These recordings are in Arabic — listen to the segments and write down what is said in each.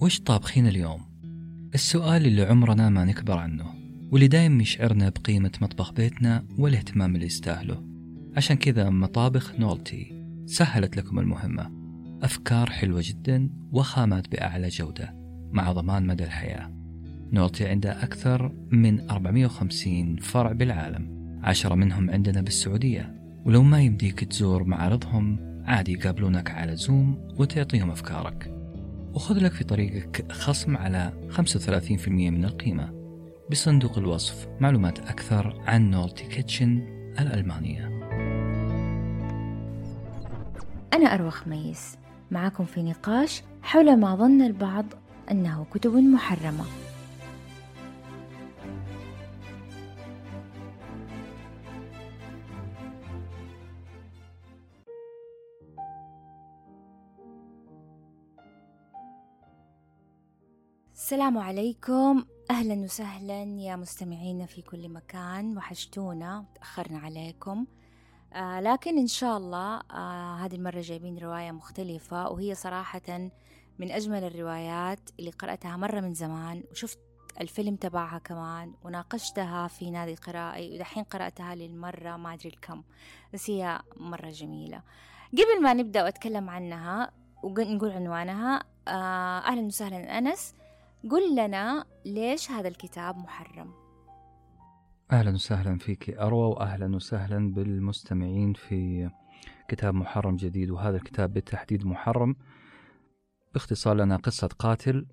وش طابخين اليوم؟ السؤال اللي عمرنا ما نكبر عنه، واللي دايم يشعرنا بقيمة مطبخ بيتنا والاهتمام اللي يستاهله. عشان كذا مطابخ نولتي سهلت لكم المهمة. أفكار حلوة جدا وخامات بأعلى جودة مع ضمان مدى الحياة. نولتي عندها أكثر من 450 فرع بالعالم، 10 منهم عندنا بالسعودية. ولو ما يمديك تزور معارضهم، عادي يقابلونك على زوم وتعطيهم أفكارك، وخذ لك في طريقك خصم على 35% من القيمة. بصندوق الوصف معلومات أكثر عن نولتي كيتشن الألمانية. أنا أروى خميس معكم في نقاش حول ما ظن البعض أنه كتب محرمة. السلام عليكم، أهلا وسهلا يا مستمعين في كل مكان. وحشتونا تأخرنا عليكم، لكن إن شاء الله هذه المرة جايبين رواية مختلفة، وهي صراحة من أجمل الروايات اللي قرأتها مرة من زمان، وشفت الفيلم تبعها كمان وناقشتها في نادي قرائي، ودحين قرأتها للمرة ما أدري الكم، بس هي مرة جميلة. قبل ما نبدأ وأتكلم عنها ونقول عنوانها، أهلا وسهلا أنس، قل لنا ليش هذا الكتاب محرم؟ أهلا وسهلا فيك أروى، وأهلا وسهلا بالمستمعين في كتاب محرم جديد. وهذا الكتاب بالتحديد محرم باختصار لنا قصة قاتل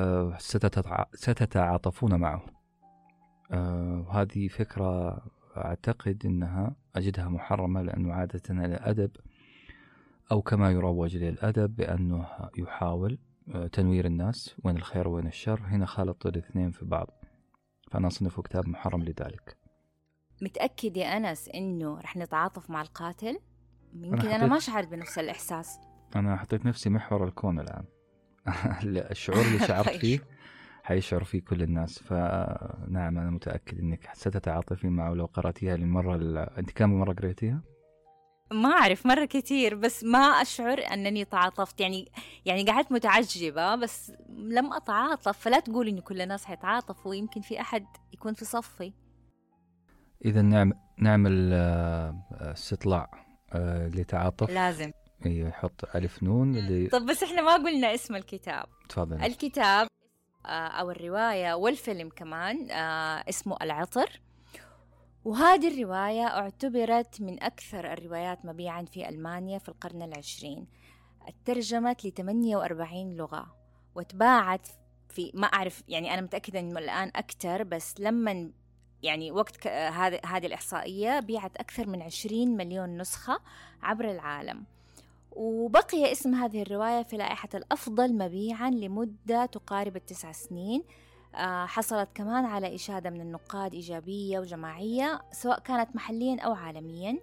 ستتعاطفون معه. وهذه فكرة أعتقد أنها أجدها محرمة، لأنه عادة الأدب أو كما يروج للأدب بأنه يحاول تنوير الناس وين الخير وين الشر، هنا خالط الاثنين في بعض، فأنا أصنفه كتاب محرم لذلك. متأكد يا أنس إنه رح نتعاطف مع القاتل؟ يمكن أنا ما شعرت بنفس الإحساس. أنا حطيت نفسي محور الكون الآن. الشعور اللي شعرت فيه حيشعر فيه كل الناس، فنعم أنا متأكد أنك ستتعاطفين معه لو قرأتيها للمرة أنت كم مرة قرأتيها؟ ما أعرف، مرة كتير، بس ما أشعر أنني تعاطفت. يعني قعدت متعجبة بس لم أتعاطف، فلا تقول إن كل الناس حيتعاطفوا، يمكن في أحد يكون في صفي. إذا نعمل استطلاع لتعاطف، لازم يحط ألف نون اللي... طب بس إحنا ما قلنا اسم الكتاب. تفضل. الكتاب أو الرواية والفيلم كمان اسمه العطر، وهذه الرواية اعتبرت من أكثر الروايات مبيعاً في ألمانيا في القرن العشرين. اترجمت ل48 لغة وتباعت في، ما أعرف يعني، أنا متأكدة أنه الآن أكتر، بس لما يعني وقت هذه الإحصائية بيعت أكثر من 20 مليون نسخة عبر العالم. وبقي اسم هذه الرواية في لائحة الأفضل مبيعاً لمدة تقارب 9 سنين. حصلت كمان على إشادة من النقاد إيجابية وجماعية، سواء كانت محلياً أو عالمياً.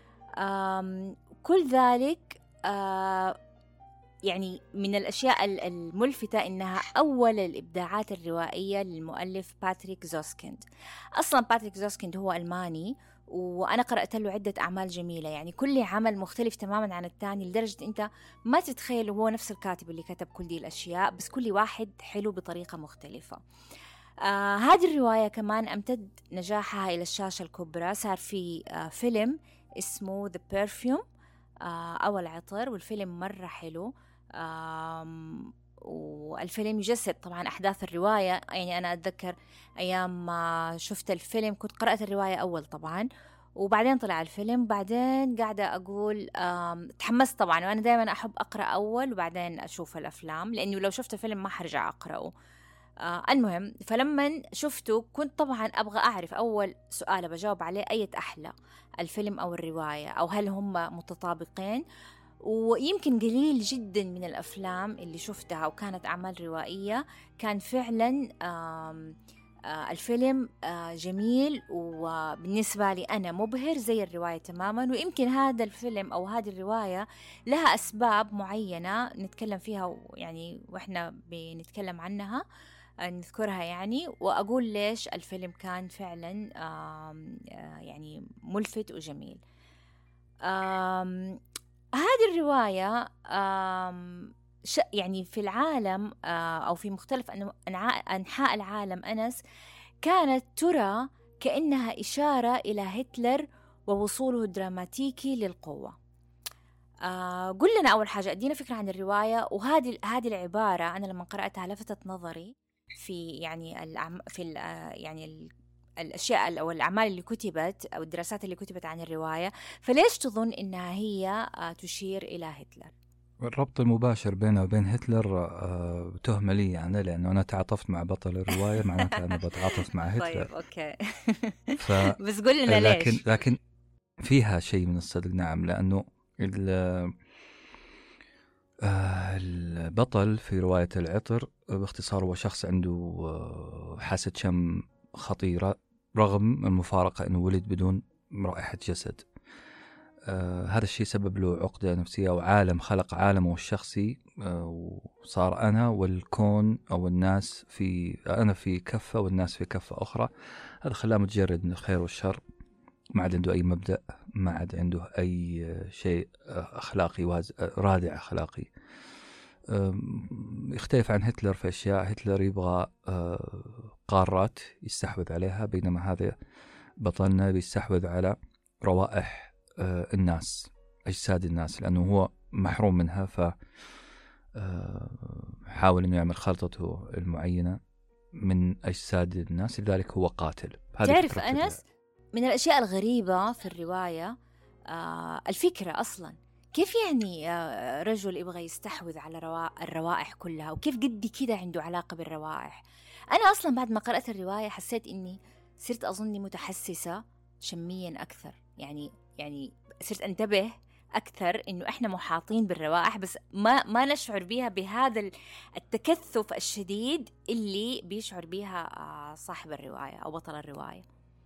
كل ذلك يعني من الأشياء الملفتة إنها أول الإبداعات الروائية للمؤلف باتريك زوسكيند. أصلاً باتريك زوسكيند هو ألماني، وأنا قرأت له عدة أعمال جميلة، يعني كل عمل مختلف تماماً عن الثاني، لدرجة أنت ما تتخيل هو نفس الكاتب اللي كتب كل دي الأشياء، بس كل واحد حلو بطريقة مختلفة. هذه الرواية كمان أمتد نجاحها إلى الشاشة الكبرى، صار في فيلم اسمه The Perfume أو العطر، والفيلم مرة حلو. والفيلم يجسد طبعا أحداث الرواية. يعني أنا أتذكر أيام ما شفت الفيلم كنت قرأت الرواية أول طبعا، وبعدين طلع الفيلم، بعدين قاعدة أقول تحمست طبعا، وأنا دائما أحب أقرأ أول وبعدين أشوف الأفلام، لأنه لو شفت الفيلم ما حرجع أقرأه. المهم، فلما شفته كنت طبعا أبغى أعرف، أول سؤال بجاوب عليه، أية أحلى الفيلم أو الرواية، أو هل هم متطابقين. ويمكن قليل جدا من الأفلام اللي شفتها وكانت أعمال روائية كان فعلا الفيلم جميل، وبالنسبة لي أنا مبهر زي الرواية تماما. ويمكن هذا الفيلم أو هذه الرواية لها أسباب معينة نتكلم فيها، يعني وإحنا بنتكلم عنها نذكرها يعني، وأقول ليش الفيلم كان فعلا يعني ملفت وجميل. هذه الرواية يعني في العالم أو في مختلف أنحاء العالم أنس، كانت ترى كأنها إشارة إلى هتلر ووصوله الدراماتيكي للقوة. قل لنا أول حاجة، أدينا فكرة عن الرواية. وهذه العبارة أنا لما قرأتها لفتت نظري في يعني يعني الأشياء أو الأعمال اللي كتبت أو الدراسات اللي كتبت عن الرواية. فليش تظن إنها هي تشير إلى هتلر؟ الربط المباشر بينه وبين هتلر تهمة لي يعني، لأنه أنا تعاطفت مع بطل الرواية معناتها أنا بتعاطف مع هتلر. طيب أوكي. بس قل لنا ليش. لكن فيها شيء من الصدق، نعم، لأنه البطل في رواية العطر باختصار هو شخص عنده حاسة شم خطيرة، رغم المفارقة أنه ولد بدون رائحة جسد. هذا الشيء سبب له عقدة نفسية، وعالم خلق عالمه الشخصي، وصار أنا والكون أو الناس أنا في كفة والناس في كفة أخرى. هذا خلاه متجرد من الخير والشر، ما عاد عنده أي مبدأ، ما عاد عنده أي شيء أخلاقي رادع أخلاقي. يختلف عن هتلر في أشياء. هتلر يبغى قارات يستحوذ عليها، بينما هذا بطلنا بيستحوذ على روائح الناس، أجساد الناس، لأنه هو محروم منها، حاول أنه يعمل خلطته المعينة من أجساد الناس، لذلك هو قاتل. تعرف أنس، من الأشياء الغريبة في الرواية الفكرة أصلاً، كيف يعني رجل يبغى يستحوذ على الروائح كلها، وكيف قدي كده عنده علاقة بالروائح؟ أنا أصلاً بعد ما قرأت الرواية حسيت إني صرت أظني متحسسة شمياً أكثر، يعني صرت أنتبه أكثر إنه إحنا محاطين بالروائح، بس ما نشعر بها بهذا التكثف الشديد اللي بيشعر بها صاحب الرواية أو بطل الرواية.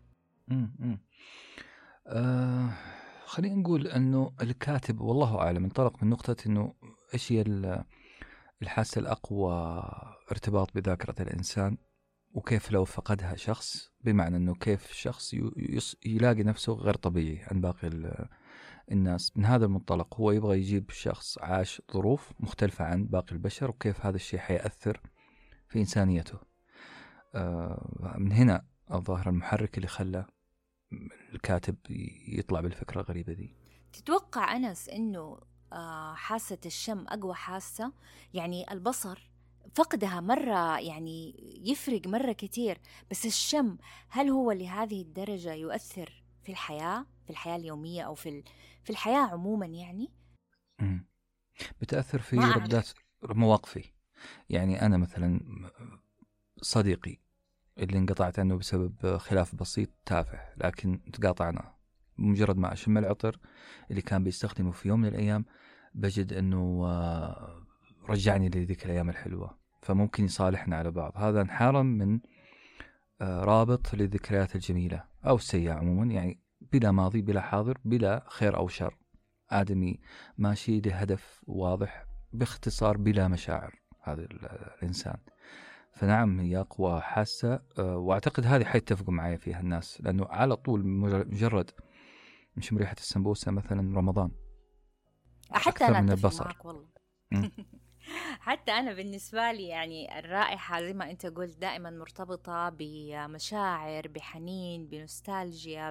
خلينا نقول أنه الكاتب والله أعلم انطلق من نقطة أنه إيش هي الحاسة الأقوى ارتباط بذاكرة الإنسان، وكيف لو فقدها شخص، بمعنى أنه كيف شخص يلاقي نفسه غير طبيعي عن باقي الناس. من هذا المنطلق هو يبغى يجيب شخص عاش ظروف مختلفة عن باقي البشر، وكيف هذا الشيء حيأثر في إنسانيته. من هنا الظاهر المحرك اللي خلى الكاتب يطلع بالفكرة الغريبة دي. تتوقع أنس إنه حاسة الشم أقوى حاسة؟ يعني البصر فقدها مرة يعني يفرق مرة كتير، بس الشم هل هو لهذه الدرجة يؤثر في الحياة اليومية أو في الحياة عموما؟ يعني بتأثر في ردات مواقفي. يعني أنا مثلا صديقي اللي انقطعت عنه بسبب خلاف بسيط تافه، لكن تقاطعنا، مجرد ما أشم العطر اللي كان بيستخدمه في يوم من الأيام بجد أنه رجعني لذيك الأيام الحلوة، فممكن يصالحنا على بعض. هذا انحرم من رابط للذكريات الجميلة أو السيئة عموما، يعني بلا ماضي بلا حاضر بلا خير أو شر، آدمي ماشي لهدف واضح، باختصار بلا مشاعر هذا الإنسان. فنعم هي أقوى حاسة، وأعتقد هذه حيتفقوا معي فيها الناس، لأنه على طول مجرد نشم ريحة السمبوسة مثلا رمضان حتى أكثر أنا من أتفق البصر معك والله. حتى أنا بالنسبة لي يعني الرائحة زي ما أنت قلت دائما مرتبطة بمشاعر، بحنين، بنوستالجيا،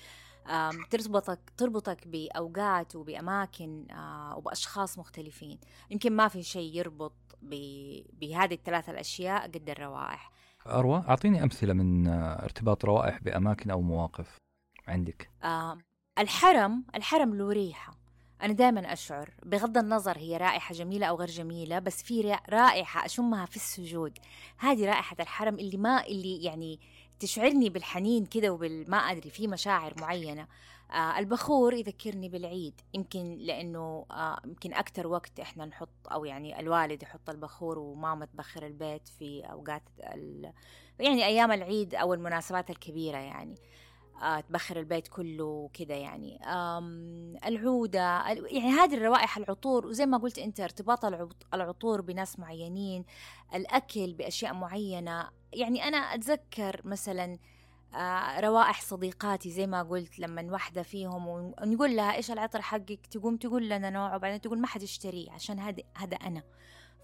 تربطك بأوقات وبأماكن وبأشخاص مختلفين. يمكن ما في شيء يربط بهذه الثلاثة الأشياء قد الروائح. أروى، أعطيني أمثلة من ارتباط روائح بأماكن أو مواقف عندك. الحرم له ريحة، أنا دائما أشعر بغض النظر هي رائحة جميلة أو غير جميلة، بس في رائحة أشمها في السجود، هذه رائحة الحرم اللي يعني تشعرني بالحنين كده ما أدري، في مشاعر معينة. البخور يذكرني بالعيد، يمكن لأنه يمكن أكتر وقت إحنا نحط، أو يعني الوالد يحط البخور وماما تبخر البيت في أوقات يعني أيام العيد أو المناسبات الكبيرة، يعني تبخر البيت كله كده. يعني العودة، يعني هذه الروائح، العطور، وزي ما قلت أنت ارتباط العطور بناس معينين، الأكل بأشياء معينة. يعني أنا أتذكر مثلا روائح صديقاتي زي ما قلت، لما واحدة فيهم ونقول لها إيش العطر حقك، تقوم تقول لنا نوع، وبعدين تقول ما حد يشتريه عشان هذا أنا.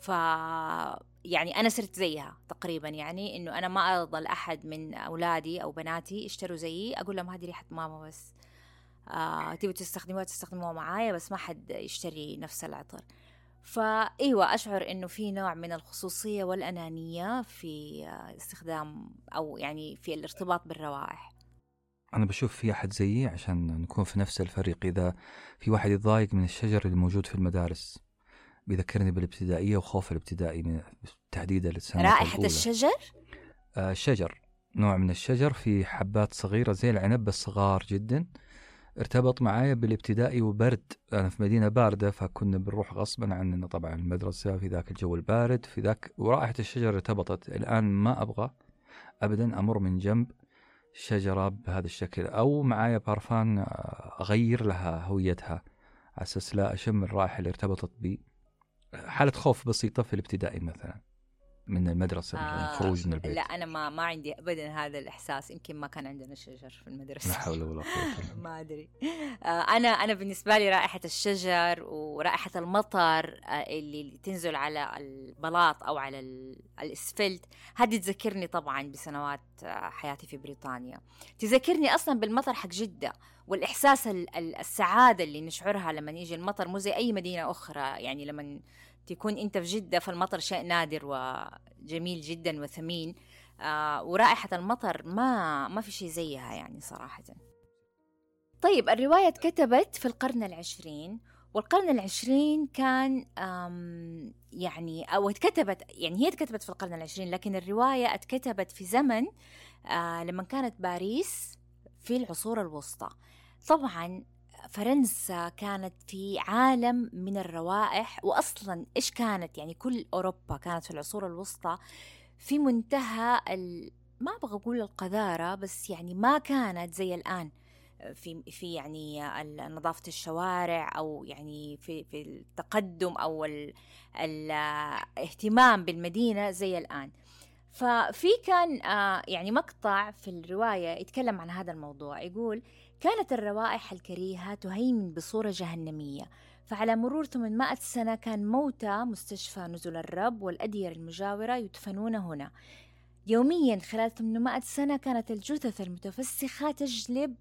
يعني أنا صرت زيها تقريبا، يعني إنه أنا ما أضل أحد من أولادي أو بناتي يشتروا زيي، أقول لهم هذه ريحة ماما بس، تبوا تستخدموها معايا، بس ما حد يشتري نفس العطر. فأيوة أشعر إنه في نوع من الخصوصية والأنانية في استخدام أو يعني في الارتباط بالروائح. أنا بشوف في أحد زيي عشان نكون في نفس الفريق. إذا في واحد يتضايق من الشجر اللي موجود في المدارس، بيذكرني بالابتدائية وخوف الابتدائي من تحديدا للسنوات الأولى. رائحة الشجر؟ الشجر نوع من الشجر في حبات صغيرة زي العنب بس صغار جدا، ارتبط معايا بالابتدائي وبرد. أنا في مدينة باردة فكنا بنروح غصبا عننا طبعا المدرسة في ذاك الجو البارد في ذاك، ورائحة الشجر ارتبطت. الآن ما أبغى أبدا أمر من جنب شجرة بهذا الشكل، أو معايا بارفان أغير لها هويتها على أساس لا أشم الرائحة اللي ارتبطت بي. حالة خوف بسيطة في الابتدائي مثلا من المدرسة، الخروج من البيت. لا أنا ما عندي أبدا هذا الإحساس، يمكن ما كان عندنا شجر في المدرسة. لا حول ولا قوة. ما أدري. أنا بالنسبة لي رائحة الشجر ورائحة المطر اللي تنزل على البلاط أو على الإسفلت، هذه تذكرني طبعا بسنوات حياتي في بريطانيا، تذكرني أصلا بالمطر حق جدة، والإحساس السعادة اللي نشعرها لما يجي المطر، مو زي أي مدينة أخرى. يعني لما تكون أنت في جدة فالمطر شيء نادر وجميل جدا وثمين، ورائحة المطر ما في شيء زيها يعني صراحة. طيب الرواية اتكتبت في القرن العشرين، والقرن العشرين كان يعني أو اتكتبت، يعني هي اتكتبت في القرن العشرين، لكن الرواية اتكتبت في زمن لما كانت باريس في العصور الوسطى. طبعا فرنسا كانت في عالم من الروائح، وأصلا إيش كانت يعني كل أوروبا كانت في العصور الوسطى في منتهى ما أبغى أقول القذارة، بس يعني ما كانت زي الآن في يعني نظافة الشوارع، أو يعني في التقدم أو الاهتمام بالمدينة زي الآن. ففي كان يعني مقطع في الرواية يتكلم عن هذا الموضوع، يقول: كانت الروائح الكريهة تهيمن بصورة جهنمية، فعلى مرور 800 سنة كان موتى مستشفى نزل الرب والأديرة المجاورة يدفنون هنا. يوميا خلال 800 سنة كانت الجثث المتفسخة تجلب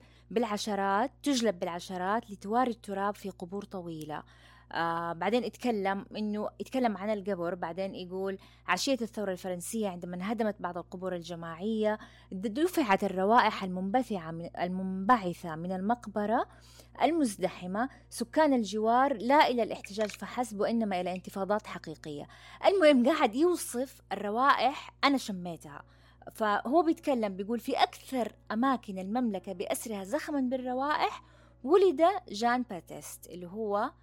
بالعشرات لتواري التراب في قبور طويلة. بعدين يتكلم عن القبر. بعدين يقول: عشية الثورة الفرنسية عندما انهدمت بعض القبور الجماعية دفعت الروائح المنبعثة من المقبرة المزدحمة سكان الجوار لا إلى الاحتجاج فحسب وإنما إلى انتفاضات حقيقية. المهم قاعد يوصف الروائح أنا شميتها. فهو بيتكلم بيقول: في أكثر أماكن المملكة بأسرها زخما بالروائح ولد جان باتيست اللي هو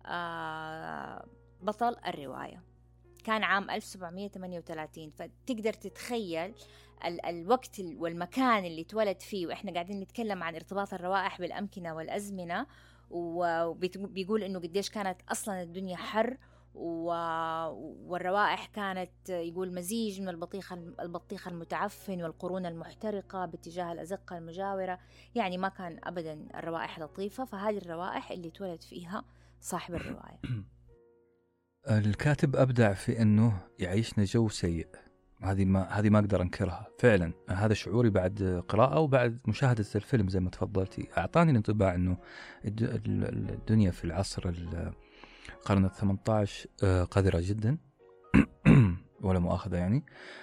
بطل الرواية. كان عام 1738. فتقدر تتخيل الوقت والمكان اللي اتولد فيه، وإحنا قاعدين نتكلم عن ارتباط الروائح بالأمكنة والأزمنة، وبيقول إنه قديش كانت أصلا الدنيا حر، والروائح كانت يقول مزيج من البطيخ المتعفن والقرون المحترقة باتجاه الأزقة المجاورة. يعني ما كان أبدا الروائح لطيفة. فهذه الروائح اللي اتولد فيها صاحب الرواية. الكاتب أبدع في أنه يعيشنا جو سيء. هذه ما أقدر أنكرها فعلا. هذا شعوري بعد قراءة وبعد مشاهدة الفيلم. زي ما تفضلتي أعطاني الانطباع أنه الدنيا في العصر القرن 18 قذرة جدا ولا مؤاخذة يعني.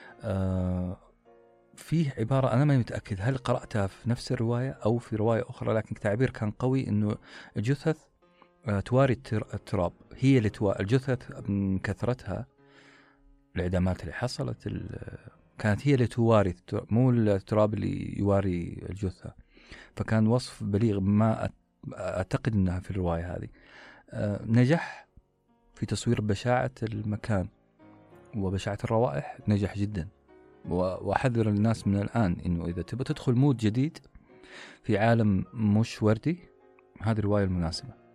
فيه عبارة أنا ما متأكد هل قرأتها في نفس الرواية أو في رواية أخرى، لكن تعبير كان قوي أنه الجثث تواري التراب. هي اللي الجثث من كثرتها الإعدامات اللي حصلت كانت هي اللي تواري مو التراب اللي يواري الجثة. فكان وصف بليغ ما أعتقد أنها في الرواية هذه. نجح في تصوير بشاعة المكان وبشاعة الروائح، نجح جدا. وأحذر الناس من الآن إنه إذا تبغى تدخل مود جديد في عالم مش وردي، هذه الرواية المناسبة.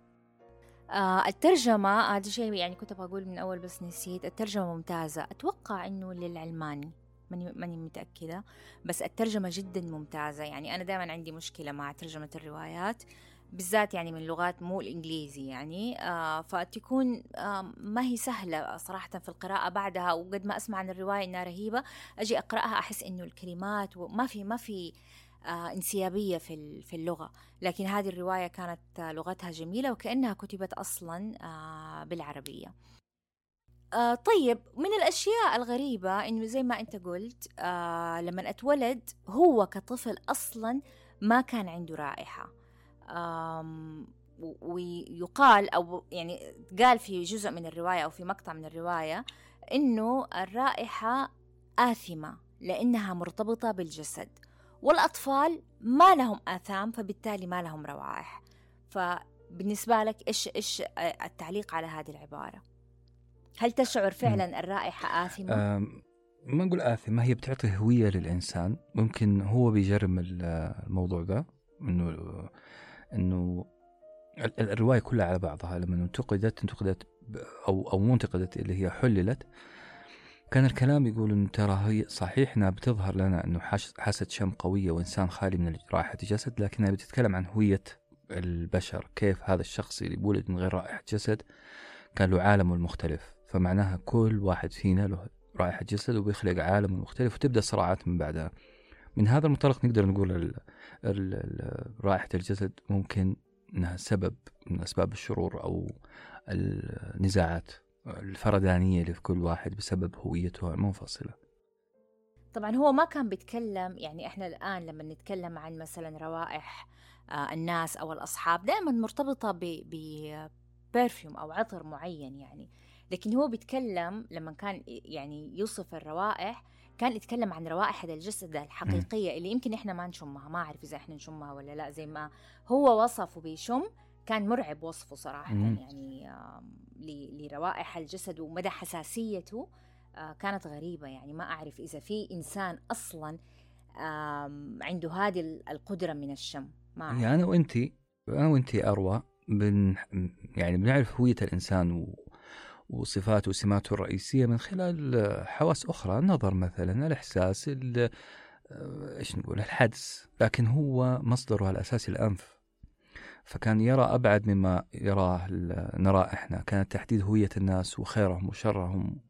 الترجمة هذا شيء يعني كنت بقول من أول بس نسيت. الترجمة ممتازة. أتوقع إنه للعلماني، ماني متأكدة، بس الترجمة جدا ممتازة. يعني أنا دائما عندي مشكلة مع ترجمة الروايات، بالذات يعني من لغات مو الإنجليزي يعني. فتكون ما هي سهلة صراحة في القراءة بعدها، وقد ما أسمع عن الرواية إنها رهيبة أجي أقرأها أحس إنه الكلمات ما في انسيابية في اللغة. لكن هذه الرواية كانت لغتها جميلة وكأنها كتبت أصلا بالعربية. طيب، من الأشياء الغريبة إنه زي ما أنت قلت لما أتولد هو كطفل أصلا ما كان عنده رائحة. ويقال أو يعني قال في جزء من الرواية أو في مقطع من الرواية إنه الرائحة آثمة لأنها مرتبطة بالجسد، والأطفال ما لهم آثام فبالتالي ما لهم روائح. فبالنسبة لك إيش التعليق على هذه العبارة؟ هل تشعر فعلا الرائحة آثمة؟ ما نقول آثمة، هي بتعطي هوية للإنسان. ممكن هو بيجرم الموضوع ده إنه الرواية كلها على بعضها لما انتقدت أو مو انتقدت، اللي هي حللت، كان الكلام يقول إنه ترى هي صحيح إنها بتظهر لنا إنه حاسة شم قوية وإنسان خالي من رائحة الجسد، لكنها بتتكلم عن هوية البشر، كيف هذا الشخص اللي بولد من غير رائحة جسد كان له عالم المختلف. فمعناها كل واحد فينا له رائحة جسد وبيخلق عالم مختلف، وتبدأ صراعات من بعدها. من هذا المنطلق نقدر نقول رائحة الجسد ممكن أنها سبب من أسباب الشرور أو النزاعات الفردانية اللي في كل واحد بسبب هويته المنفصلة. طبعا هو ما كان بيتكلم، يعني احنا الآن لما نتكلم عن مثلا روائح الناس أو الأصحاب دائما مرتبطة ببرفيوم أو عطر معين يعني. لكن هو بيتكلم لما كان يعني يوصف الروائح كان يتكلم عن روائح الجسد الحقيقية اللي يمكن إحنا ما نشمها، ما أعرف إذا إحنا نشمها ولا لا. زي ما هو وصفه بيشم كان مرعب وصفه صراحة يعني لروائح الجسد ومدى حساسيته كانت غريبة. يعني ما أعرف إذا في إنسان أصلا عنده هذه القدرة من الشم. ما أعرف. يعني أنا وإنتي أروى يعني بنعرف هوية الإنسان وصفاته وسماته الرئيسية من خلال حواس أخرى، النظر مثلا، الإحساس، إيش نقول، الحدس، لكن هو مصدره الأساسي الأنف. فكان يرى أبعد مما نراه إحنا. كانت تحديد هوية الناس وخيرهم وشرهم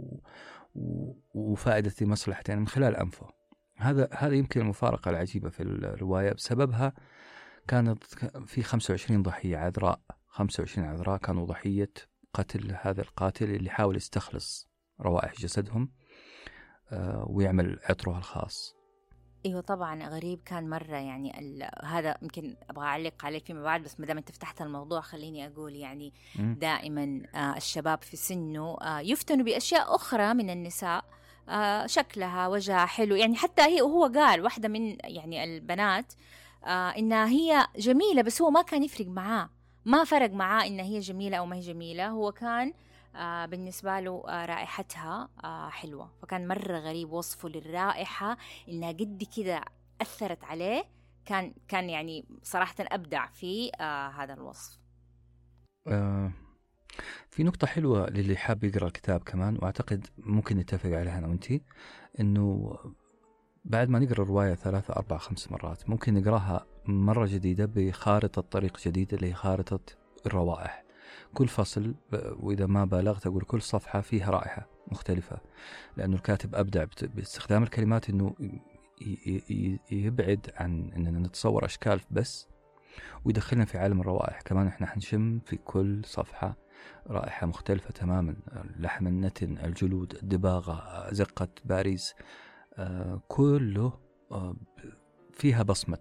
وفائدة مصلحتهم من خلال أنفه. هذا يمكن المفارقة العجيبة في الرواية. بسببها كانت في 25 ضحية عذراء، 25 عذراء كانوا ضحية قتل هذا القاتل اللي حاول يستخلص روائح جسدهم ويعمل عطره الخاص. ايوه طبعا غريب كان مره يعني. هذا يمكن ابغى اعلق عليه فيما بعد، بس ما دام انت فتحت الموضوع خليني اقول يعني دائما الشباب في سنه يفتنوا باشياء اخرى من النساء، شكلها وجهها حلو يعني. حتى هي وهو قال واحده من يعني البنات انها هي جميله، بس هو ما كان يفرق معاه، ما فرق معاه إن هي جميلة أو ما هي جميلة. هو كان بالنسبة له رائحتها حلوة. فكان مرة غريب وصفه للرائحة إنها قد كده أثرت عليه. كان يعني صراحة أبدع في هذا الوصف. في نقطة حلوة للي حاب يقرأ الكتاب كمان، وأعتقد ممكن نتفق عليها أنا وأنتي، إنه بعد ما نقرأ الرواية 3 4 5 مرات ممكن نقرأها مرة جديدة بخارطة طريق جديدة اللي هي خارطة الروائح. كل فصل، وإذا ما بالغت أقول كل صفحة فيها رائحة مختلفة، لأنه الكاتب أبدع باستخدام الكلمات إنه يبعد عن إننا نتصور أشكال بس، ويدخلنا في عالم الروائح. كمان إحنا حنشم في كل صفحة رائحة مختلفة تماما، لحم النتن، الجلود، الدباغة، زقة باريس، كله فيها بصمة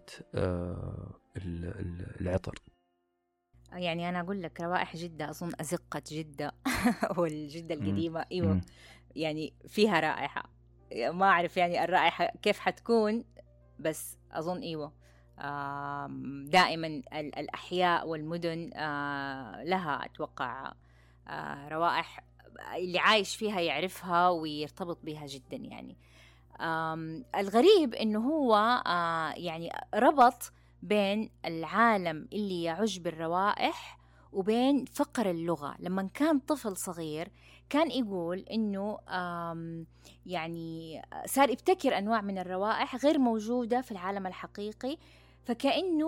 العطر. يعني أنا أقول لك روائح جدة، أظن أزقة جدة والجدة القديمة أيوة يعني فيها رائحة. ما أعرف يعني الرائحة كيف حتكون، بس أظن أيوة دائما الأحياء والمدن لها أتوقع روائح اللي عايش فيها يعرفها ويرتبط بها جدا يعني. الغريب إنه هو يعني ربط بين العالم اللي يعج بالروائح وبين فقر اللغة. لما كان طفل صغير كان يقول إنه يعني صار يبتكر أنواع من الروائح غير موجودة في العالم الحقيقي، فكأنه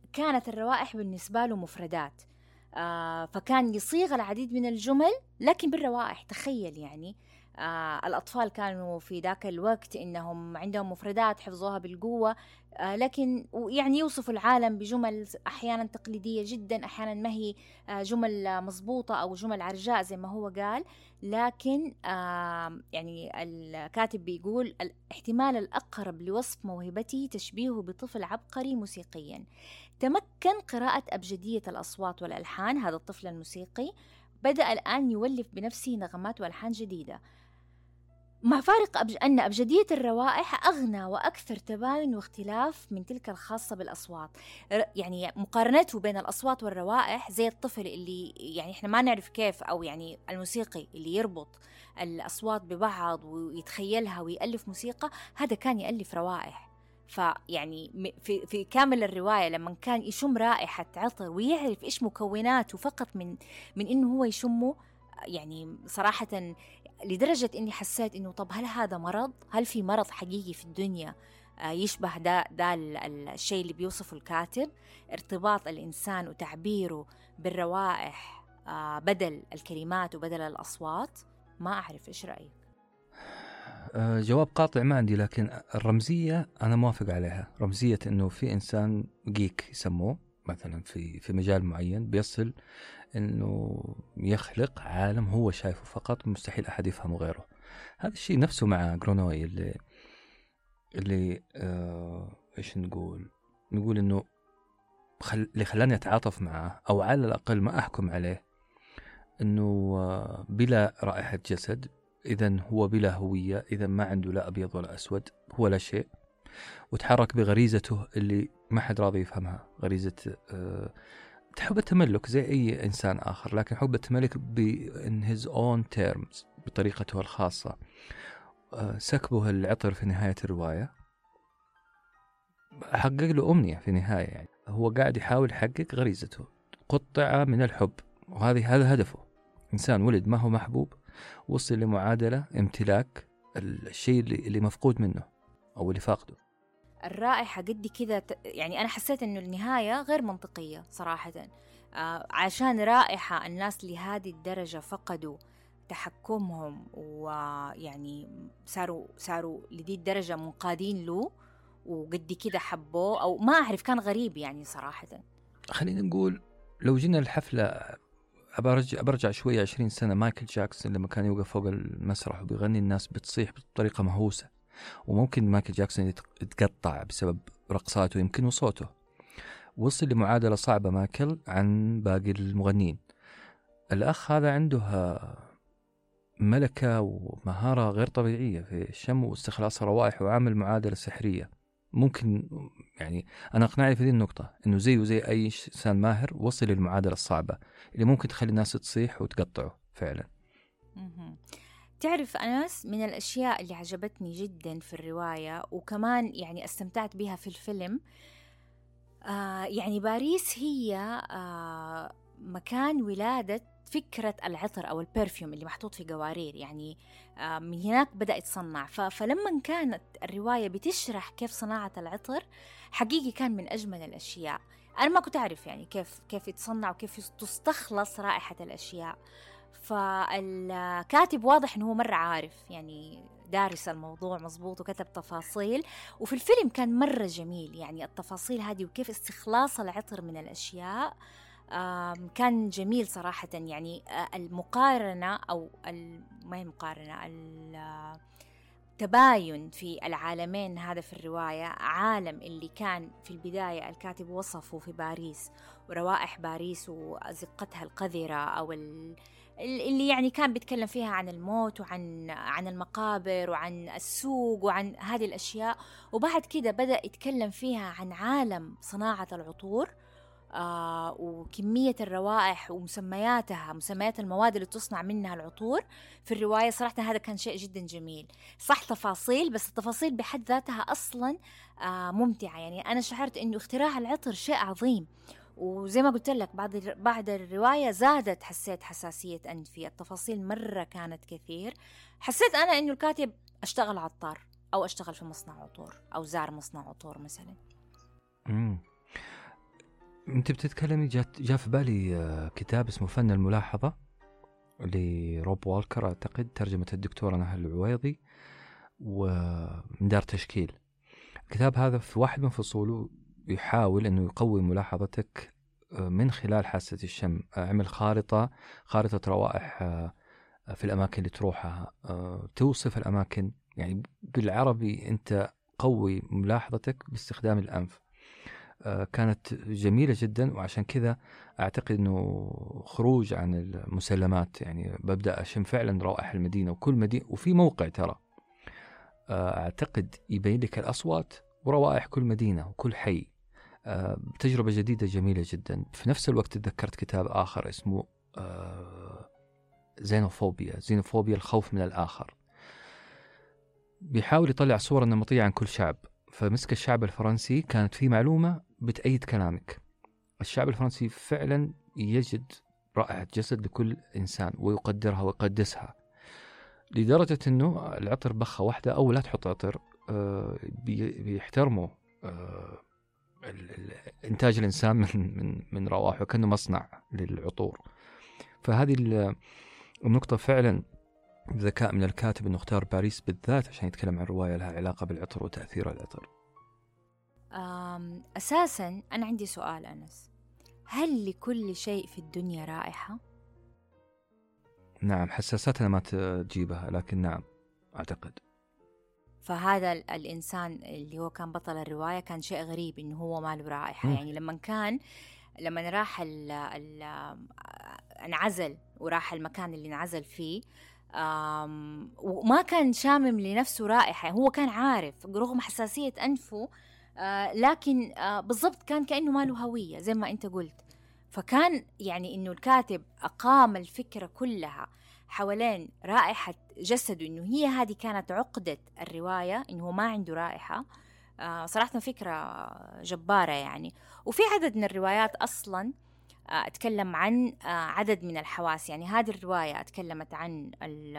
كانت الروائح بالنسبة له مفردات. فكان يصيغ العديد من الجمل لكن بالروائح. تخيل يعني الأطفال كانوا في ذاك الوقت إنهم عندهم مفردات حفظوها بالقوة، لكن يعني يوصفوا العالم بجمل أحيانا تقليدية جدا، أحيانا ما هي جمل مضبوطة أو جمل عرجاء زي ما هو قال. لكن يعني الكاتب بيقول الاحتمال الأقرب لوصف موهبته تشبيهه بطفل عبقري موسيقيا تمكن قراءة أبجدية الأصوات والألحان. هذا الطفل الموسيقي بدأ الآن يولف بنفسه نغمات وألحان جديدة، مع فارق أن أبجدية الروائح أغنى وأكثر تباين واختلاف من تلك الخاصة بالأصوات. يعني مقارنته بين الأصوات والروائح زي الطفل اللي يعني إحنا ما نعرف كيف، أو يعني الموسيقي اللي يربط الأصوات ببعض ويتخيلها ويألف موسيقى، هذا كان يألف روائح. فيعني في كامل الرواية لما كان يشم رائحة عطر ويعرف إيش مكوناته فقط من إنه هو يشمه، يعني صراحة لدرجة إني حسيت إنه طب هل هذا مرض؟ هل في مرض حقيقي في الدنيا يشبه ده الشيء اللي بيوصفه الكاتب؟ ارتباط الإنسان وتعبيره بالروائح بدل الكلمات وبدل الأصوات. ما أعرف إيش رأيك؟ جواب قاطع ما عندي، لكن الرمزية أنا موافق عليها. رمزية إنه في إنسان جيك يسموه مثلا في مجال معين بيصل إنه يخلق عالم هو شايفه فقط مستحيل أحد يفهمه غيره. هذا الشيء نفسه مع جرونوي اللي إيش نقول إنه اللي خلاني أتعاطف معه، أو على الأقل ما أحكم عليه، إنه بلا رائحة جسد، إذن هو بلا هوية، إذن ما عنده لا أبيض ولا أسود، هو لا شيء، وتحرك بغريزته اللي ما حد راضي يفهمها، غريزة حب التملك زي أي إنسان آخر، لكن حب التملك in his own terms بطريقته الخاصة. سكبه العطر في نهاية الرواية حقق له أمنية في النهاية، يعني هو قاعد يحاول يحقق غريزته، قطعة من الحب، هذا هدفه. إنسان ولد ما هو محبوب وصل لمعادلة امتلاك الشيء اللي مفقود منه أو اللي فاقده. الرائحة قد كده يعني أنا حسيت إنه النهاية غير منطقية صراحة. عشان رائحة الناس لهذه الدرجة فقدوا تحكمهم، ويعني صاروا لدي الدرجة منقادين له، وقد كده حبوه أو ما أعرف، كان غريب يعني صراحة. خلينا نقول لو جينا الحفلة أبرجع شوية 20 سنة، مايكل جاكسون لما كان يوقف فوق المسرح وبيغني الناس بتصيح بطريقة مهووسة، وممكن مايكل جاكسون يتقطع بسبب رقصاته يمكن وصوته. وصل لمعادلة صعبة مايكل عن باقي المغنين. الأخ هذا عنده ملكة ومهارة غير طبيعية في الشم واستخلاص روائح، وعامل معادلة سحرية. ممكن يعني أنا أقنعني في هذه النقطة إنه زيه زي أي إنسان ماهر وصل للمعادلة الصعبة اللي ممكن تخلي الناس تصيح وتقطعه فعلا. تعرف أنس، من الأشياء اللي عجبتني جدا في الرواية وكمان يعني استمتعت بها في الفيلم، يعني باريس هي مكان ولادة فكرة العطر أو البرفيوم اللي محطوط في قوارير، يعني من هناك بدأ يتصنع. فلما كانت الرواية بتشرح كيف صناعة العطر، حقيقي كان من أجمل الأشياء. أنا ما كنت أعرف يعني كيف يتصنع وكيف تستخلص رائحة الأشياء. فالكاتب واضح أنه هو مرة عارف، يعني دارس الموضوع مزبوط وكتب تفاصيل، وفي الفيلم كان مرة جميل يعني التفاصيل هذه وكيف استخلاص العطر من الأشياء كان جميل صراحة. يعني المقارنة أو ما هي مقارنة، التباين في العالمين هذا في الرواية، عالم اللي كان في البداية الكاتب وصفه في باريس وروائح باريس وأزقتها القذرة، أو اللي يعني كان بيتكلم فيها عن الموت وعن المقابر وعن السوق وعن هذه الأشياء، وبعد كده بدأ يتكلم فيها عن عالم صناعة العطور وكمية الروائح ومسمياتها، مسميات المواد اللي تصنع منها العطور في الرواية. صراحة هذا كان شيء جدا جميل. صح تفاصيل، بس التفاصيل بحد ذاتها أصلا ممتعة. يعني أنا شعرت أنه اختراع العطر شيء عظيم، وزي ما قلت لك بعد الرواية زادت، حسيت حساسية أنفي، التفاصيل مرة كانت كثير. حسيت أنا أنه الكاتب أشتغل عطار أو أشتغل في مصنع عطور أو زار مصنع عطور مثلا. أنت بتتكلمي جاء في بالي كتاب اسمه فن الملاحظة لروب والكر، أعتقد ترجمة الدكتورة نهى العويضي ومن دار تشكيل. الكتاب هذا في واحد من فصوله يحاول أنه يقوي ملاحظتك من خلال حاسة الشم. عمل خارطة روائح في الأماكن اللي تروحها، توصف الأماكن، يعني بالعربي أنت قوي ملاحظتك باستخدام الأنف. كانت جميلة جدا، وعشان كذا أعتقد أنه خروج عن المسلمات، يعني ببدأ أشم فعلا روائح المدينة، وكل مدينة وفي موقع ترى أعتقد يبين لك الأصوات وروائح كل مدينة وكل حي. تجربة جديدة جميلة جدا. في نفس الوقت تذكرت كتاب آخر اسمه زينوفوبيا الخوف من الآخر. بيحاول يطلع صورة نمطية عن كل شعب. فمسك الشعب الفرنسي، كانت فيه معلومة بتأيد كلامك. الشعب الفرنسي فعلا يجد رائحة جسد لكل إنسان ويقدرها ويقدسها، لدرجة أنه العطر بخة واحدة أو لا تحط عطر بيحترموا إنتاج الإنسان من روائحه، كأنه مصنع للعطور. فهذه النقطة فعلا ذكاء من الكاتب أنه اختار باريس بالذات عشان يتكلم عن رواية لها علاقة بالعطر وتأثير العطر. أساسا أنا عندي سؤال أنس، هل لكل شيء في الدنيا رائحة؟ نعم، حساساتنا ما تجيبها، لكن نعم أعتقد. فهذا الإنسان اللي هو كان بطل الرواية كان شيء غريب إنه هو ما له رائحة. يعني لما راح انعزل وراح المكان اللي انعزل فيه، وما كان شامم لنفسه رائحة. هو كان عارف رغم حساسية أنفه، لكن بالضبط كان كأنه ما له هوية زي ما أنت قلت. فكان يعني إنه الكاتب أقام الفكرة كلها حوالين رائحة جسده، إنه هي هذه كانت عقدة الرواية، إنه هو ما عنده رائحة. صراحة فكرة جبارة يعني. وفي عدد من الروايات أصلاً أتكلم عن عدد من الحواس. يعني هذه الرواية أتكلمت عن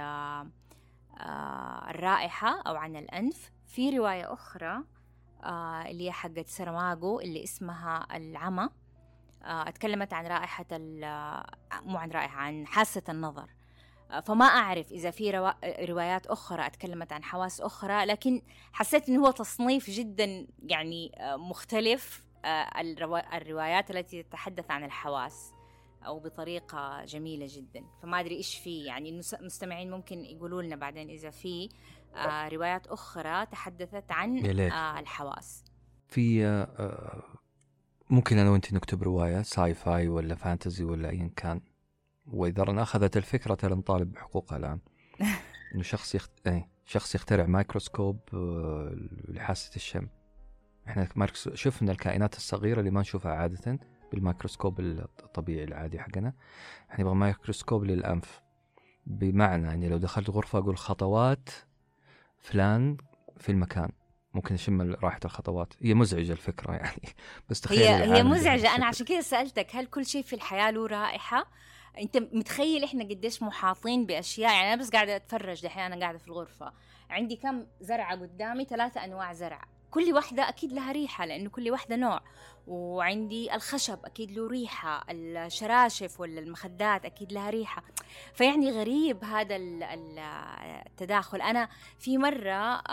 الرائحة أو عن الأنف. في رواية أخرى اللي هي حقت ساراماغو اللي اسمها العمى، أتكلمت عن رائحة مو عن رائحة، عن حاسة النظر. فما أعرف إذا في روايات أخرى أتكلمت عن حواس أخرى، لكن حسيت إنه هو تصنيف جدا يعني مختلف. الروايات التي تتحدث عن الحواس أو بطريقة جميلة جدا. فما أدري إيش فيه، يعني المستمعين ممكن يقولوا لنا بعدين إذا في روايات أخرى تحدثت عن الحواس. في ممكن أنا وأنت نكتب رواية ساي فاي ولا فانتزي ولا أيا كان، وإذا أنا أخذت الفكرة ترى نطالب بحقوقها الآن. إنه شخص يخترع مايكروسكوب لحاسة الشم. إحنا شفنا الكائنات الصغيرة اللي ما نشوفها عادة بالميكروسكوب الطبيعي العادي حقنا. إحنا نبغى مايكروسكوب للأنف، بمعنى إني لو دخلت غرفة أقول خطوات فلان في المكان، ممكن أشم رائحة الخطوات. هي مزعجة الفكرة يعني، بس تخيل هي مزعجة. أنا عشان كده سألتك هل كل شيء في الحياة له رائحة؟ أنت متخيل إحنا قديش محاطين بأشياء؟ يعني أنا بس قاعدة أتفرج دحين، أنا قاعدة في الغرفة عندي كم زرعة قدامي، 3 أنواع زرع، كل واحدة أكيد لها ريحة لأنه كل واحدة نوع. وعندي الخشب أكيد له ريحة، الشراشف ولا المخدات أكيد لها ريحة. فيعني غريب هذا التداخل. أنا في مرة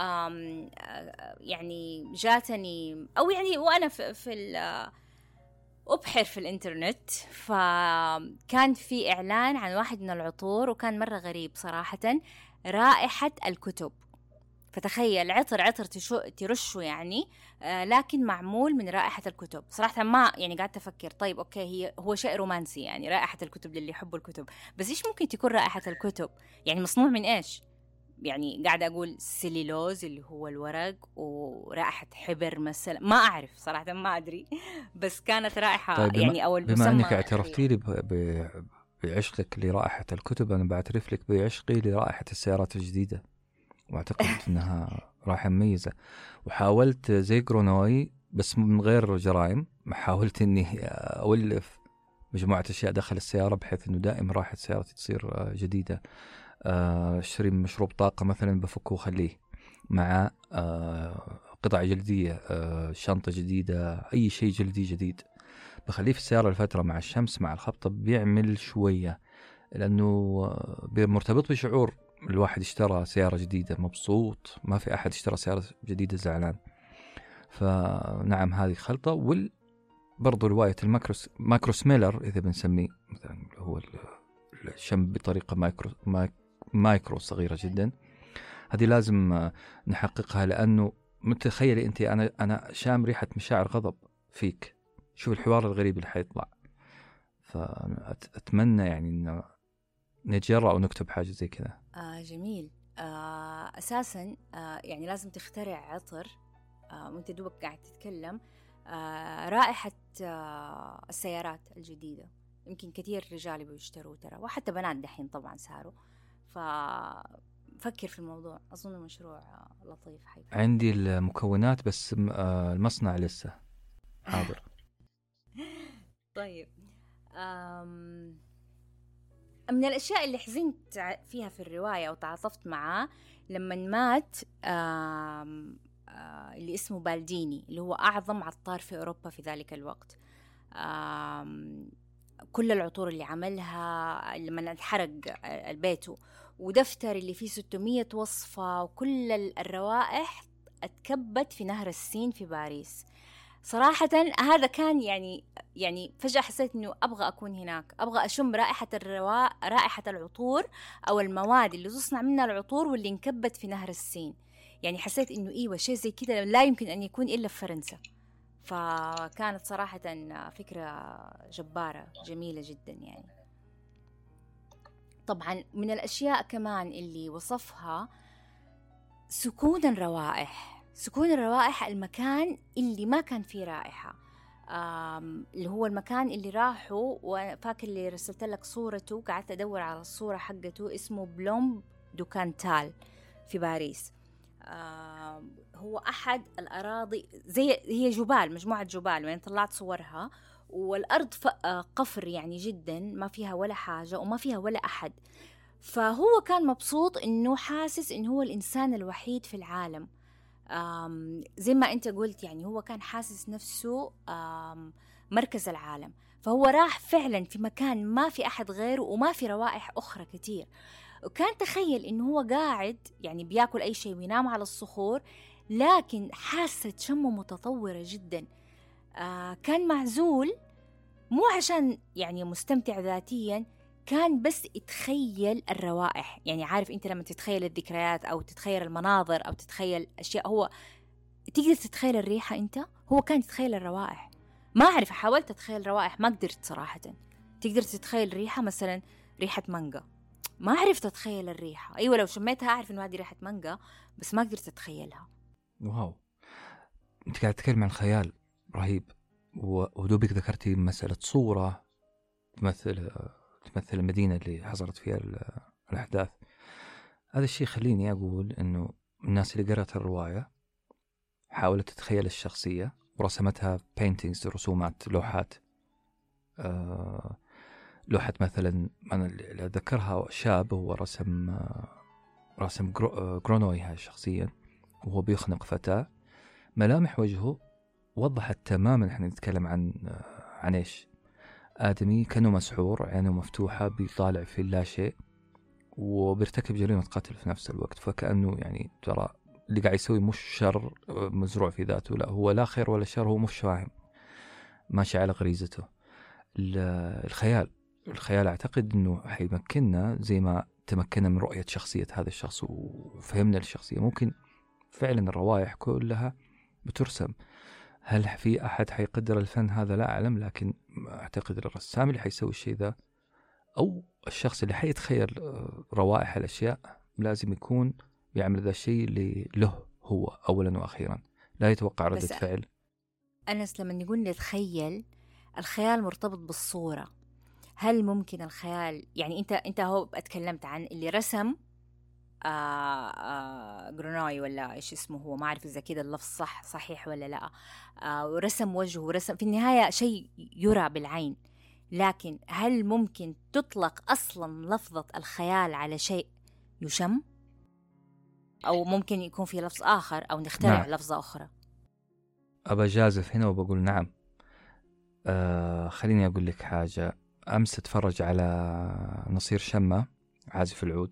يعني جاتني أو يعني وأنا في أبحر في الإنترنت، فكان في إعلان عن واحد من العطور وكان مرة غريب صراحة، رائحة الكتب. فتخيل عطر ترشه يعني، لكن معمول من رائحة الكتب. صراحة ما يعني قاعدة أفكر طيب أوكي هو شيء رومانسي يعني رائحة الكتب للي يحبوا الكتب، بس إيش ممكن تكون رائحة الكتب؟ يعني مصنوع من إيش؟ يعني قاعدة أقول سيليلوز اللي هو الورق، ورائحة حبر مثلا، ما أعرف صراحة ما أدري. بس كانت رائحة طيب يعني أو المسمى. بما أنك اعترفتي لي بعشقك لرائحة الكتب، أنا بعترف لك بعشقي لرائحة السيارات الجديدة، واعتقد انها رائحة مميزة. وحاولت زي جرونوي بس من غير جرائم، حاولت اني اولف مجموعة اشياء داخل السيارة بحيث انه دائما رائحة سيارتي تصير جديدة. اشتري مشروب طاقة مثلا بفكه وخليه مع قطع جلدية، شنطة جديدة، اي شيء جلدي جديد. بخليه في السيارة لفترة مع الشمس مع الخبطة بيعمل شوية، لأنه مرتبط بشعور الواحد اشترى سيارة جديدة مبسوط، ما في أحد اشترى سيارة جديدة زعلان. فنعم هذه خلطة. برضو رواية ماكروس ميلر إذا بنسميه مثلا، هو الشم بطريقة مايكرو صغيرة جدا، هذه لازم نحققها، لأنه متخيلي أنت أنا شام ريحة مشاعر غضب فيك، شوف الحوار الغريب اللي حيطلع. فأتمنى يعني إن نتجرأ ونكتب حاجة زي كذا. جميل. أساسا يعني لازم تخترع عطر، وانت دوبك قاعد تتكلم، رائحة السيارات الجديدة. يمكن كثير رجال بيشتروا ترى، وحتى بنات دحين طبعا صاروا. ففكر في الموضوع، أظن مشروع لطيف حيكون. عندي المكونات بس المصنع لسه حاضر. طيب، من الأشياء اللي حزنت فيها في الرواية وتعاطفت معاه لما مات اللي اسمه بالديني، اللي هو أعظم عطار في أوروبا في ذلك الوقت. كل العطور اللي عملها لما انحرق بيته، ودفتر اللي فيه 600 وصفة، وكل الروائح اتكبت في نهر السين في باريس. صراحة هذا كان يعني فجأة حسيت إنه أبغى أكون هناك، أبغى أشم رائحة العطور أو المواد اللي تصنع منها العطور واللي انكبت في نهر السين. يعني حسيت إنه إيوه شيء زي كده لا يمكن أن يكون إلا في فرنسا. فكانت صراحة فكرة جبارة جميلة جدا يعني. طبعا من الأشياء كمان اللي وصفها سكون الروائح، المكان اللي ما كان فيه رائحة، اللي هو المكان اللي راحوا، وفاكر اللي رسلت لك صورته، قعدت أدور على الصورة حقته، اسمه بلوم دو كانتال في باريس. هو أحد الأراضي هي جبال، مجموعة جبال، وين طلعت صورها، والأرض قفر يعني جدا، ما فيها ولا حاجة وما فيها ولا أحد. فهو كان مبسوط إنه حاسس إنه هو الإنسان الوحيد في العالم. زي ما أنت قلت، يعني هو كان حاسس نفسه مركز العالم. فهو راح فعلا في مكان ما في أحد غيره وما في روائح أخرى كتير، وكان تخيل إنه هو قاعد يعني بياكل أي شيء وينام على الصخور، لكن حاسة شمه متطورة جدا. كان معزول، مو عشان يعني مستمتع ذاتيا، كان بس يتخيل الروائح. يعني عارف أنت لما تتخيل الذكريات أو تتخيل المناظر أو تتخيل أشياء، هو تقدر تتخيل الريحة أنت، هو كان يتخيل الروائح. ما أعرف، حاولت أتخيل روائح ما قدرت صراحة. تقدر تتخيل ريحة، مثلا ريحة مانجا، ما عرفت أتخيل الريحة. أيوة لو شميتها أعرف إنه هذه ريحة مانجا، بس ما قدرت أتخيلها. واو، أنت قاعد تتكلم عن خيال رهيب، ودوبك ذكرتي مسألة صورة تمثل المدينة اللي حصلت فيها الأحداث. هذا الشيء خليني أقول إنه الناس اللي قرأت الرواية حاولت تتخيل الشخصية ورسمتها paintings، رسومات، لوحات. لوحة مثلا أنا اللي أذكرها شاب هو رسم جرونوي هاي شخصيا وهو بيخنق فتاة، ملامح وجهه وضحت تماما احنا نتكلم عن ايش، آدمي كأنه مسحور، عينه مفتوحة، بيطالع في لا شيء، وبيرتكب جريمة قتل في نفس الوقت. فكأنه يعني ترى اللي قاعد يسوي مش شر مزروع في ذاته، لا هو لا خير ولا شر، هو مش فاهم، ماشي على غريزته. الخيال أعتقد أنه حيمكننا زي ما تمكنا من رؤية شخصية هذا الشخص وفهمنا الشخصية. ممكن فعلا الروائح كلها بترسم. هل في أحد حيقدر الفن هذا؟ لا أعلم، لكن أعتقد الرسام اللي حيسوي الشيء ذا أو الشخص اللي حيتخيل روائح الأشياء لازم يكون بيعمل ذا الشيء اللي له هو أولا وأخيرا، لا يتوقع ردة فعل. أنس لما يقول لي تخيل، الخيال مرتبط بالصورة. هل ممكن الخيال، يعني أنت هو اتكلمت عن اللي رسم جرونوي ولا إيش اسمه هو، ما أعرف إذا كده اللفظ صحيح ولا لا، ورسم وجهه ورسم في النهاية شيء يرى بالعين. لكن هل ممكن تطلق أصلا لفظة الخيال على شيء يشم؟ أو ممكن يكون في لفظ آخر أو نخترع لفظة أخرى؟ أبا جازف هنا وبقول نعم. خليني أقول لك حاجة. أمس أتفرج على نصير شمة عازف العود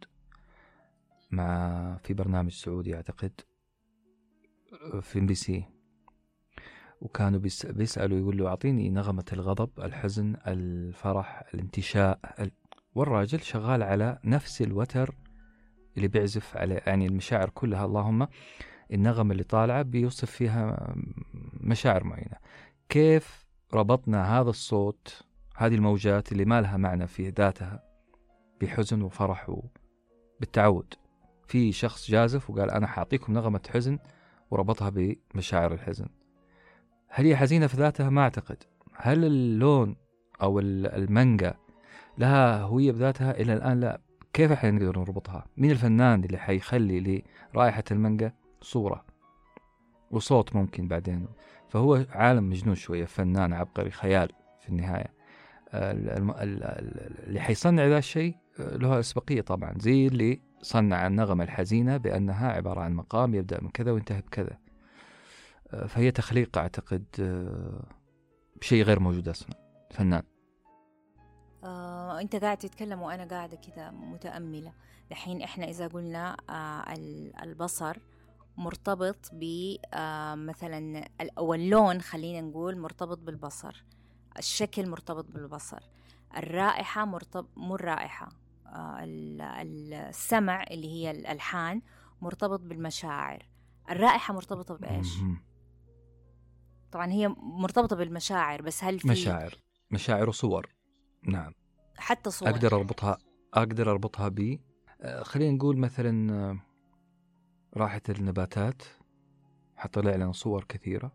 في برنامج سعودي أعتقد في MBC، وكانوا بيسألوا يقول له أعطيني نغمة الغضب، الحزن، الفرح، الانتشاء، والراجل شغال على نفس الوتر اللي بيعزف على يعني المشاعر كلها. اللهم النغمة اللي طالعة بيوصف فيها مشاعر معينة. كيف ربطنا هذا الصوت، هذه الموجات اللي ما لها معنى في ذاتها، بحزن وفرح بالتعود؟ في شخص جازف وقال أنا حاعطيكم نغمة حزن وربطها بمشاعر الحزن. هل هي حزينة في ذاتها؟ ما أعتقد. هل اللون أو المانجا لها هوية بذاتها؟ إلى الآن لا. كيف احنا نقدر نربطها؟ مين الفنان اللي حيخلي لرائحة المانجا صورة وصوت ممكن بعدين؟ فهو عالم مجنون شوية، فنان عبقري، خيال في النهاية. اللي حيصنع ذا الشيء له أسبقية طبعا، زي اللي صنع النغمة الحزينة بأنها عبارة عن مقام يبدأ من كذا وينتهي بكذا. فهي تخليق أعتقد بشيء غير موجود أصلا، فنان. أنت قاعد تتكلم وأنا قاعدة كده متأملة. دحين إحنا إذا قلنا البصر مرتبط مثلا أو اللون، خلينا نقول مرتبط بالبصر، الشكل مرتبط بالبصر، الرائحة مو الرائحة، السمع اللي هي الألحان مرتبط بالمشاعر. الرائحة مرتبطة بإيش؟ طبعا هي مرتبطة بالمشاعر، بس هل في مشاعر وصور؟ نعم، حتى صور. أقدر أربطها ب خلينا نقول مثلا راحة النباتات، حطلع لنا صور كثيرة،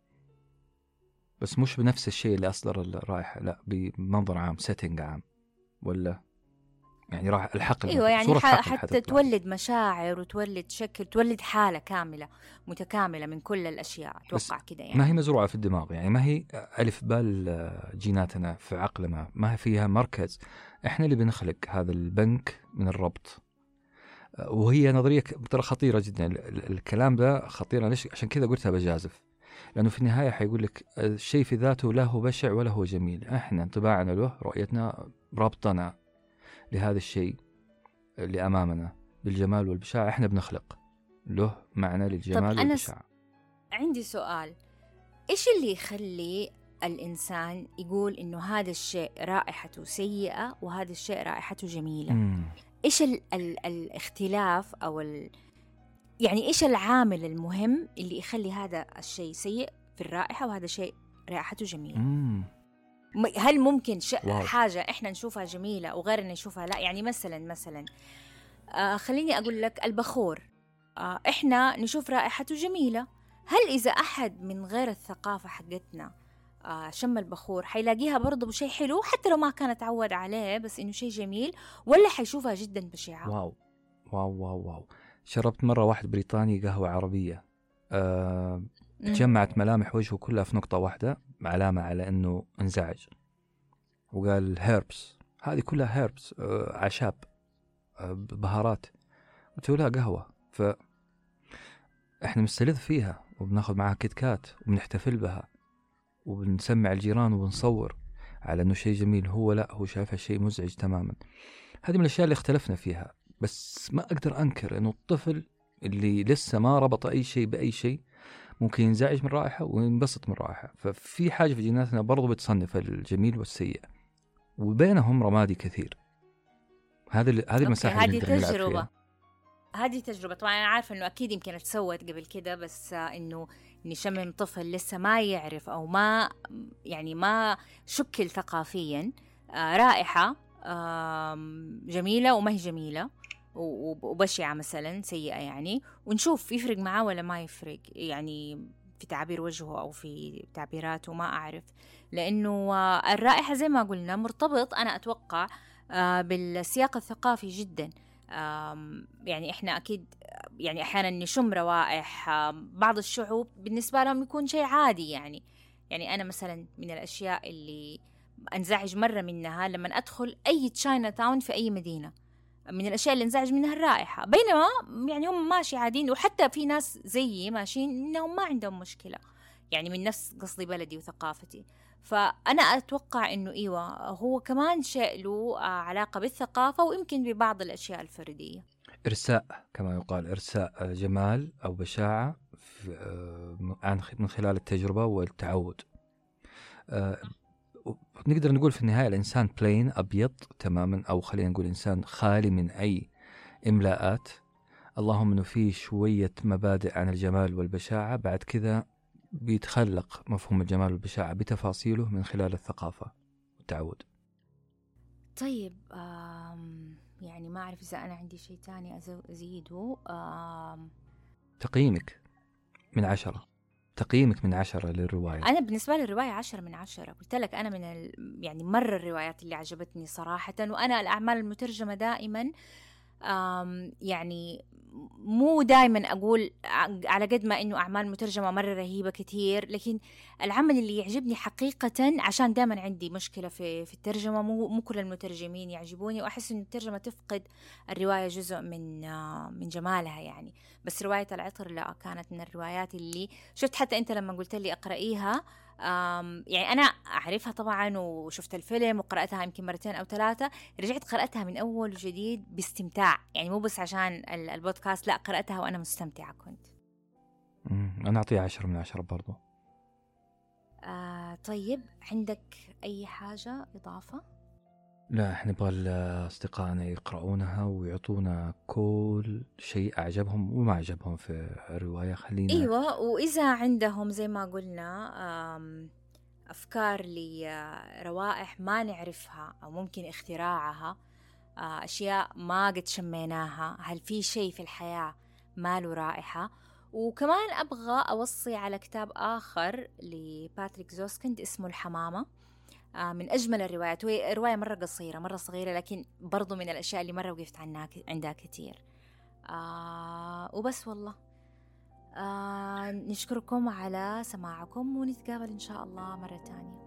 بس مش بنفس الشيء اللي أصدر الرائحة، لا بمنظر عام، سيتنج عام، ولا يعني راح الحقل. أيوة يعني حتى تولد مشاعر وتولد شكل، تولد حالة كاملة متكاملة من كل الأشياء. أتوقع كده يعني. ما هي مزروعة في الدماغ، يعني ما هي ألف بال جيناتنا في عقلنا، ما هي فيها مركز. إحنا اللي بنخلق هذا البنك من الربط. وهي نظرية ترى خطيرة جدا. الكلام ده خطير، ليش؟ عشان كذا قلتها بجازف، لأنه في النهاية حيقول لك الشيء في ذاته لا هو بشع ولا هو جميل. إحنا انطباعنا له، رؤيتنا، ربطنا لهذا الشيء اللي أمامنا بالجمال والبشاعة، إحنا بنخلق له معنى للجمال والبشاعة. عندي سؤال، إيش اللي يخلي الإنسان يقول إنه هذا الشيء رائحته سيئة وهذا الشيء رائحته جميلة؟ إيش الاختلاف أو يعني إيش العامل المهم اللي يخلي هذا الشيء سيء في الرائحة وهذا الشيء رائحته جميلة؟ هل ممكن حاجة إحنا نشوفها جميلة وغيرنا يشوفها لا؟ يعني مثلا خليني أقول لك البخور، إحنا نشوف رائحته جميلة. هل إذا أحد من غير الثقافة حقتنا شم البخور حيلاقيها برضه بشيء حلو حتى لو ما كان تعود عليه، بس إنه شيء جميل، ولا حيشوفها جدا بشعة؟ واو واو واو واو. شربت مرة واحد بريطاني قهوة عربية، تجمعت ملامح وجهه كلها في نقطة واحدة، علامة على إنه انزعج، وقال هيربس، هذه كلها هيربس، أعشاب، بهارات، وتقولها قهوة. فإحنا مستلذ فيها وبناخذ معها كيت كات وبنحتفل بها وبنسمع الجيران وبنصور على إنه شيء جميل. هو لا، هو شايفها شيء مزعج تماما. هذه من الأشياء اللي اختلفنا فيها. بس ما أقدر أنكر إنه الطفل اللي لسه ما ربط أي شيء بأي شيء ممكن ينزعج من رائحة وينبسط من رائحة. ففي حاجة في جيناتنا برضو بتصنف الجميل والسيء، وبينهم رمادي كثير. هذه المساحة اللي نقدر نلعب فيها. هذه تجربة طبعا أنا عارفة إنه أكيد يمكن تسوت قبل كده، بس إنه نشمم طفل لسه ما يعرف أو ما يعني ما شكل ثقافيا رائحة جميلة وما هي جميلة وبشعة مثلا سيئة، يعني ونشوف يفرق معاه ولا ما يفرق، يعني في تعبير وجهه أو في تعبيراته، ما أعرف. لأنه الرائحة زي ما قلنا مرتبط أنا أتوقع بالسياق الثقافي جدا. يعني إحنا أكيد يعني أحيانا نشم روائح بعض الشعوب بالنسبة لهم يكون شيء عادي. يعني أنا مثلا من الأشياء اللي أنزعج مرة منها لما أدخل أي تشاينا تاون في أي مدينة، من الأشياء اللي انزعج منها الرائحة، بينما يعني هم ماشي عادين، وحتى في ناس زيي ماشيين إنهم ما عندهم مشكلة، يعني من نفس قصدي بلدي وثقافتي. فأنا أتوقع إنه إيوه هو كمان شيء له علاقة بالثقافة ويمكن ببعض الأشياء الفردية. إرساء كما يقال، إرساء جمال أو بشاعة من خلال التجربة والتعود. نقدر نقول في النهاية الإنسان بلين أبيض تماما، أو خلينا نقول إنسان خالي من أي إملاءات، اللهم أنه فيه شوية مبادئ عن الجمال والبشاعة، بعد كذا بيتخلق مفهوم الجمال والبشاعة بتفاصيله من خلال الثقافة والتعود. طيب يعني ما أعرف إذا أنا عندي شيء تاني أزيده. تقييمك من 10. تقييمك من 10 للرواية. أنا بالنسبة لي الرواية 10 من 10. قلت لك أنا من يعني مرة الروايات اللي عجبتني صراحة. وأنا الأعمال المترجمة دائما يعني مو دائما أقول على قد ما إنه أعمال مترجمة مرة رهيبة كتير، لكن العمل اللي يعجبني حقيقة، عشان دائما عندي مشكلة في الترجمة، مو كل المترجمين يعجبوني، وأحس إنه الترجمة تفقد الرواية جزء من جمالها يعني. بس رواية العطر لا، كانت من الروايات اللي شفت حتى أنت لما قلت لي أقرأيها، يعني أنا أعرفها طبعا وشفت الفيلم وقرأتها يمكن 2 أو 3، رجعت قرأتها من أول وجديد باستمتاع، يعني مو بس عشان البودكاست، لا قرأتها وأنا مستمتعة كنت. أنا أعطيها 10 من 10 برضو. طيب عندك أي حاجة إضافة؟ لا، احنا نبغى أصدقائنا يقرؤونها ويعطونا كل شيء أعجبهم وما أعجبهم في الرواية. خلينا أيوة، وإذا عندهم زي ما قلنا أفكار لروائح ما نعرفها أو ممكن اختراعها، أشياء ما قد شميناها، هل في شيء في الحياة ما له رائحة. وكمان أبغى أوصي على كتاب آخر لباتريك زوسكند اسمه الحمامة، من أجمل الروايات، وهي رواية مرة قصيرة مرة صغيرة، لكن برضو من الأشياء اللي مرة وقفت عندها كتير. وبس والله نشكركم على سماعكم، ونتقابل إن شاء الله مرة تانية.